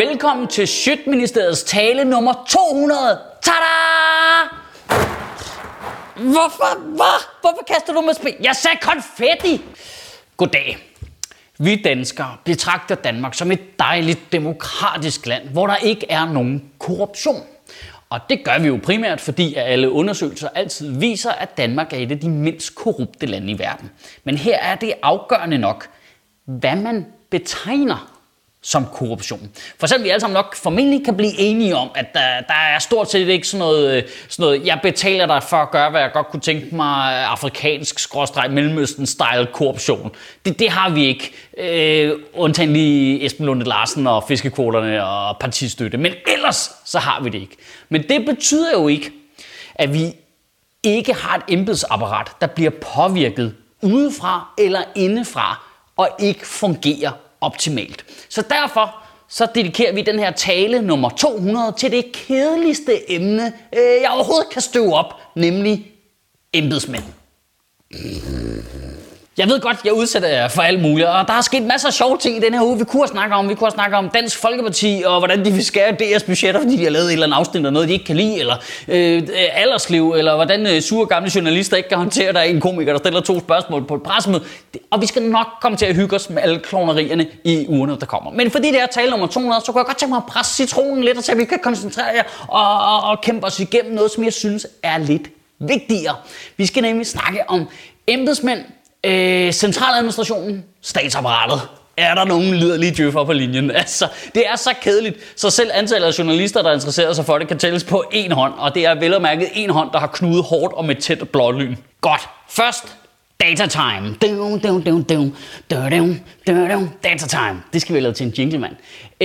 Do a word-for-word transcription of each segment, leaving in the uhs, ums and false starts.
Velkommen til Sjøtministeriets tale nummer to hundrede. Tada! Hvorfor? Hvad? Hvorfor kaster du med spil? Jeg sagde konfetti! Goddag. Vi danskere betragter Danmark som et dejligt demokratisk land, hvor der ikke er nogen korruption. Og det gør vi jo primært, fordi alle undersøgelser altid viser, at Danmark er et af de mindst korrupte lande i verden. Men her er det afgørende nok, hvad man betegner som korruption. For selvom vi alle sammen nok formentlig kan blive enige om, at der, der er stort set ikke sådan noget, sådan noget, jeg betaler dig for at gøre, hvad jeg godt kunne tænke mig, afrikansk skråstreg Mellemøsten-style korruption. Det, det har vi ikke, øh, undtagen lige Esben Lunde Larsen og fiskekvoterne og partistøtte. Men ellers så har vi det ikke. Men det betyder jo ikke, at vi ikke har et embedsapparat, der bliver påvirket udefra eller indefra og ikke fungerer optimalt. Så derfor så dedikerer vi den her tale nummer to hundrede til det kedeligste emne, øh, jeg overhovedet kan støve op, nemlig embedsmænd. Jeg ved godt, jeg udsætter jer for alt muligt, og der er sket masser af sjove ting i den her uge. Vi kunne snakke om, vi kunne snakke om Dansk Folkeparti, og hvordan de vil skære D R's budgetter, fordi de har lavet et eller andet afsnit af noget, de ikke kan lide, eller øh, aldersliv, eller hvordan øh, sure gamle journalister ikke kan håndtere, der er en komiker, der stiller to spørgsmål på et pressemøde. Og vi skal nok komme til at hygge os med alle klonerierne i ugerne, der kommer. Men fordi det er tale nummer to hundrede, så kunne jeg godt tænke mig at presse citronen lidt, og så vi kan koncentrere jer og, og, og kæmpe os igennem noget, som jeg synes er lidt vigtigere. Vi skal nemlig snakke om embedsmænd, Øh, centraladministrationen, statsapparatet. Er der nogen liderlige djøffer på linjen? Altså, det er så kedeligt, så selv antallet af journalister, der interesserer sig for det, kan tælles på én hånd. Og det er vel og mærket én hånd, der har knudet hårdt og med tæt blålyn. Godt. Først, data time. Data time. Det skal vi have lavet til en jingle, mand. Øh,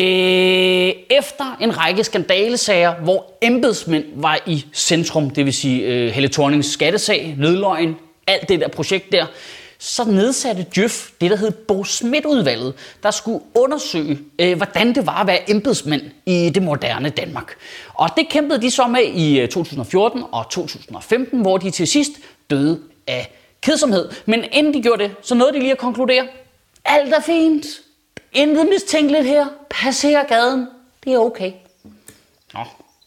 efter en række skandalesager, hvor embedsmænd var i centrum, det vil sige øh, Helle Thornings skattesag, nødløgn, alt det der projekt der, så nedsatte Djøf det, der hed Bo Smith-udvalget, der skulle undersøge, øh, hvordan det var at være embedsmænd i det moderne Danmark. Og det kæmpede de så med i to tusind og fjorten og to tusind og femten, hvor de til sidst døde af kedsomhed. Men inden de gjorde det, så nåede de lige at konkludere, alt er fint, intet mistænkeligt her, passer gaden, det er okay. Nå,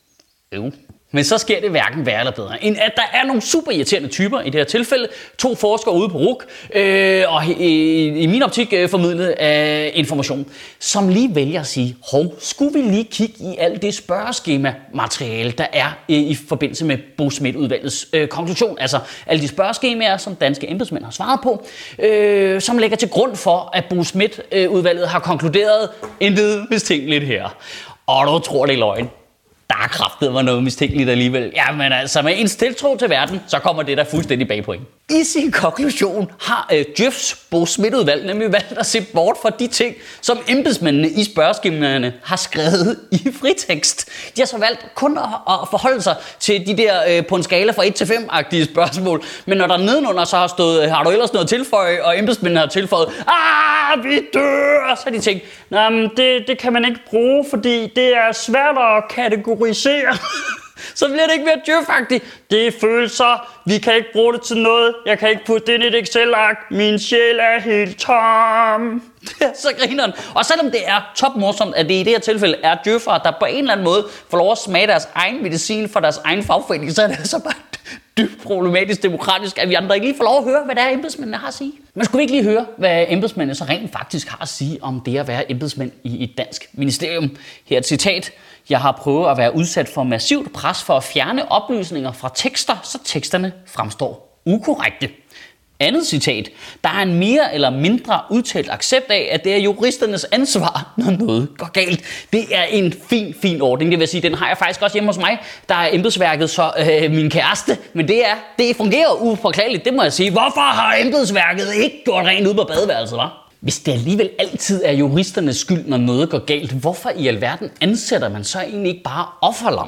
øv. Men så sker det hverken værre eller bedre, end at der er nogle super irriterende typer i det her tilfælde. To forskere ude på R U C, øh, og i, i, i min optik øh, formidlet af information, som lige vælger at sige, hov, skulle vi lige kigge i alt det spørgeskema-materiale, der er øh, i forbindelse med Bo Smith-udvalgets øh, konklusion. Altså alle de spørgeskemaer, som danske embedsmænd har svaret på, øh, som lægger til grund for, at Bo Smith-udvalget har konkluderet intet mistænkeligt her. Og du tror det er løgn. Der er kraftet var noget mistænkeligt alligevel. Jamen altså, med ens tiltro til verden, så kommer det der fuldstændig bag på en. I sin konklusion har øh, Djøfs Bo Smith-udvalg nemlig valgt at se bort fra de ting, som embedsmændene i spørgeskemaerne har skrevet i fritekst. De har så valgt kun at, at forholde sig til de der øh, på en skala fra et til fem-agtige spørgsmål. Men når der nedenunder så har stået, har du ellers noget at tilføje, og embedsmændene har tilføjet, ah, vi dør, så har de tænkt, nej, men det, det kan man ikke bruge, fordi det er svært at kategorisere. Så bliver det ikke mere djøfagtigt. Det er følelser. Vi kan ikke bruge det til noget. Jeg kan ikke putte det ind i et Excel-ark. Min sjæl er helt tom. Så griner den. Og selvom det er topmorsomt, at det i det her tilfælde er djøffere, der på en eller anden måde får lov at smage deres egen medicin for deres egen fagforening, så er det altså bare dybt problematisk demokratisk, at vi andre ikke lige får lov at høre, hvad det er, embedsmændene har at sige. Men skulle vi ikke lige høre, hvad embedsmændene så rent faktisk har at sige om det at være embedsmænd i et dansk ministerium? Her er et citat. Jeg har prøvet at være udsat for massivt pres for at fjerne oplysninger fra tekster, så teksterne fremstår ukorrekte. Andet citat. Der er en mere eller mindre udtalt accept af, at det er juristernes ansvar, når noget går galt. Det er en fin, fin ordning. Det vil sige, den har jeg faktisk også hjemme hos mig. Der er embedsværket så øh, min kæreste, men det er, det fungerer upåklageligt, det må jeg sige. Hvorfor har embedsværket ikke gjort rent ud på badeværelset, hva'? Hvis det alligevel altid er juristernes skyld, når noget går galt, hvorfor i alverden ansætter man så egentlig ikke bare offerlam? Det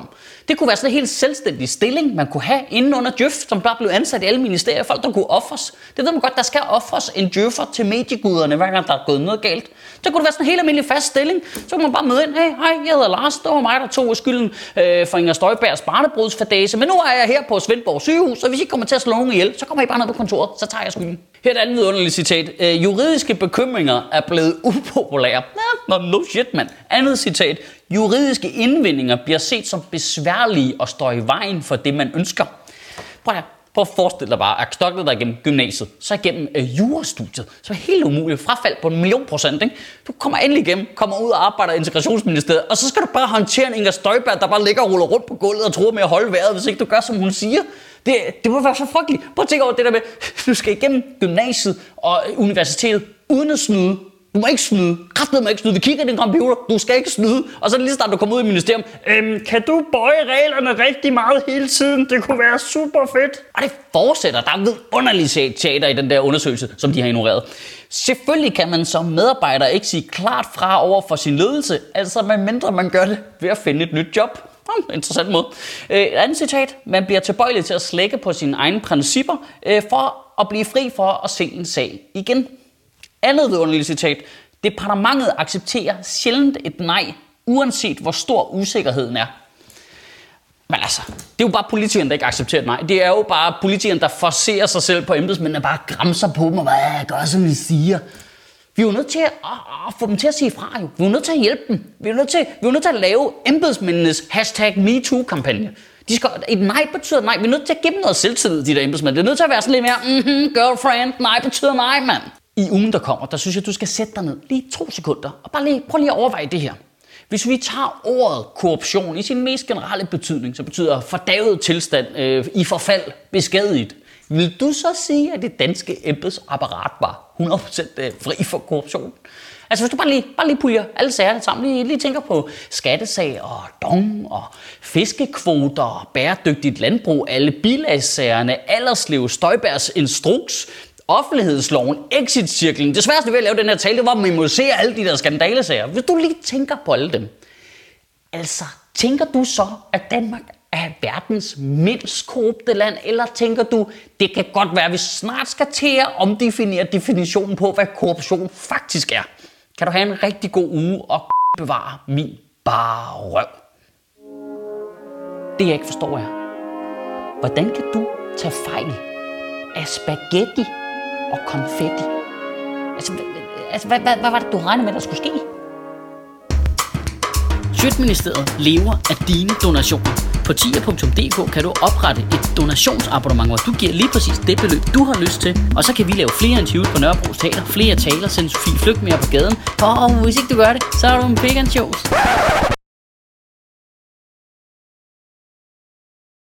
Det kunne være sådan en helt selvstændig stilling, man kunne have inden under Djøf, som bare blev ansat i alle ministerier. Folk, der kunne offres. Det ved man godt, der skal offres en djøffer til medieguderne, hver gang der er gået noget galt. Så kunne det være sådan en helt almindelig fast stilling. Så kunne man bare møde ind. Hey, hej, jeg hedder Lars. Det var mig, der tog skylden øh, for Inger Støjbergs barnebrudsfadase. Men nu er jeg her på Svendborg sygehus, så hvis I kommer til at slå nogen ihjel, så kommer I bare ned på kontoret, så tager jeg skylden. Her er et andet vidunderligt citat. Øh, juridiske bekymringer er blevet upopulære. Ja, no shit, mand. Andet citat. Juridiske indvendinger bliver set som besværlige og står i vejen for det, man ønsker. Prøv at, prøv at forestille dig bare, at knoklet dig igennem gymnasiet, så igennem øh, jurastudiet, så er det helt umuligt. Frafald på en million procent, ikke? Du kommer endelig igennem, kommer ud og arbejder i Integrationsministeriet, og så skal du bare håndtere en Inger Støjberg, der bare ligger og ruller rundt på gulvet og tror med at holde vejret, hvis ikke du gør, som hun siger. Det, det må være så frygteligt. Prøv at tænke over det der med, du skal igennem gymnasiet og universitetet uden at snyde. Du må ikke snyde. Kraftedeme må ikke snyde. Vi kigger i din computer. Du skal ikke snyde. Og så lige snart du kommer ud i ministerium. Øhm, kan du bøje reglerne rigtig meget hele tiden? Det kunne være super fedt. Og det fortsætter. Der er vidunderligt teater i den der undersøgelse, som de har ignoreret. Selvfølgelig kan man som medarbejder ikke sige klart fra over for sin ledelse. Altså medmindre man gør det ved at finde et nyt job. Hmm, interessant måde. Et andet citat. Man bliver tilbøjelig til at slække på sine egne principper øh, for at blive fri for at se en sag igen. Andet vidunderligt citat. Departementet accepterer sjældent et nej, uanset hvor stor usikkerheden er. Men altså, det er jo bare politikerne, der ikke accepterer et nej. Det er jo bare politikerne, der forcerer sig selv på embedsmændene og bare gramser på dem og bare gør, som vi siger. Vi er jo nødt til at, at, at få dem til at sige fra. Jo. Vi er jo nødt til at hjælpe dem. Vi er nødt til, vi er nødt til at lave embedsmændenes hashtag MeToo-kampagne. De skal, et nej betyder nej. Vi er nødt til at give dem noget selvtillid, de der embedsmænd. Det er nødt til at være sådan lidt mere, mm-hmm, girlfriend, nej betyder nej, mand. I ugen, der kommer, der synes jeg, du skal sætte dig ned lige to sekunder og bare lige, prøv lige at overveje det her. Hvis vi tager ordet korruption i sin mest generelle betydning, så betyder fordavet tilstand, øh, i forfald, beskadiget. Vil du så sige, at det danske embedsapparat var hundrede procent fri for korruption? Altså hvis du bare lige, bare lige puljer alle sager sammen, lige, lige tænker på skattesag og dong og fiskekvoter og bæredygtigt landbrug, alle bilagssagerne, Alderslev, Støjbergs instruks, offentlighedsloven, exit-cirklen. Det sværeste ved at lave den her tale, det var at memorisere alle de der skandalesager. Hvis du lige tænker på alle dem. Altså, tænker du så, at Danmark er verdens mindst korrupte land, eller tænker du, det kan godt være, at vi snart skal til at omdefinere definitionen på, hvad korruption faktisk er? Kan du have en rigtig god uge og bevare min bare røv? Det jeg ikke forstår er, hvordan kan du tage fejl af spaghetti og konfetti? Altså, altså hvad, hvad, hvad var det, du regnede med, der skulle ske? Sjøtministeriet lever af dine donationer. På tier punktum d k kan du oprette et donationsabonnement, hvor du giver lige præcis det beløb, du har lyst til. Og så kan vi lave flere interviews på Nørrebro Teater, flere taler, sende Sofie Flygt mere på gaden. Og hvis ikke du gør det, så er du en big and shows.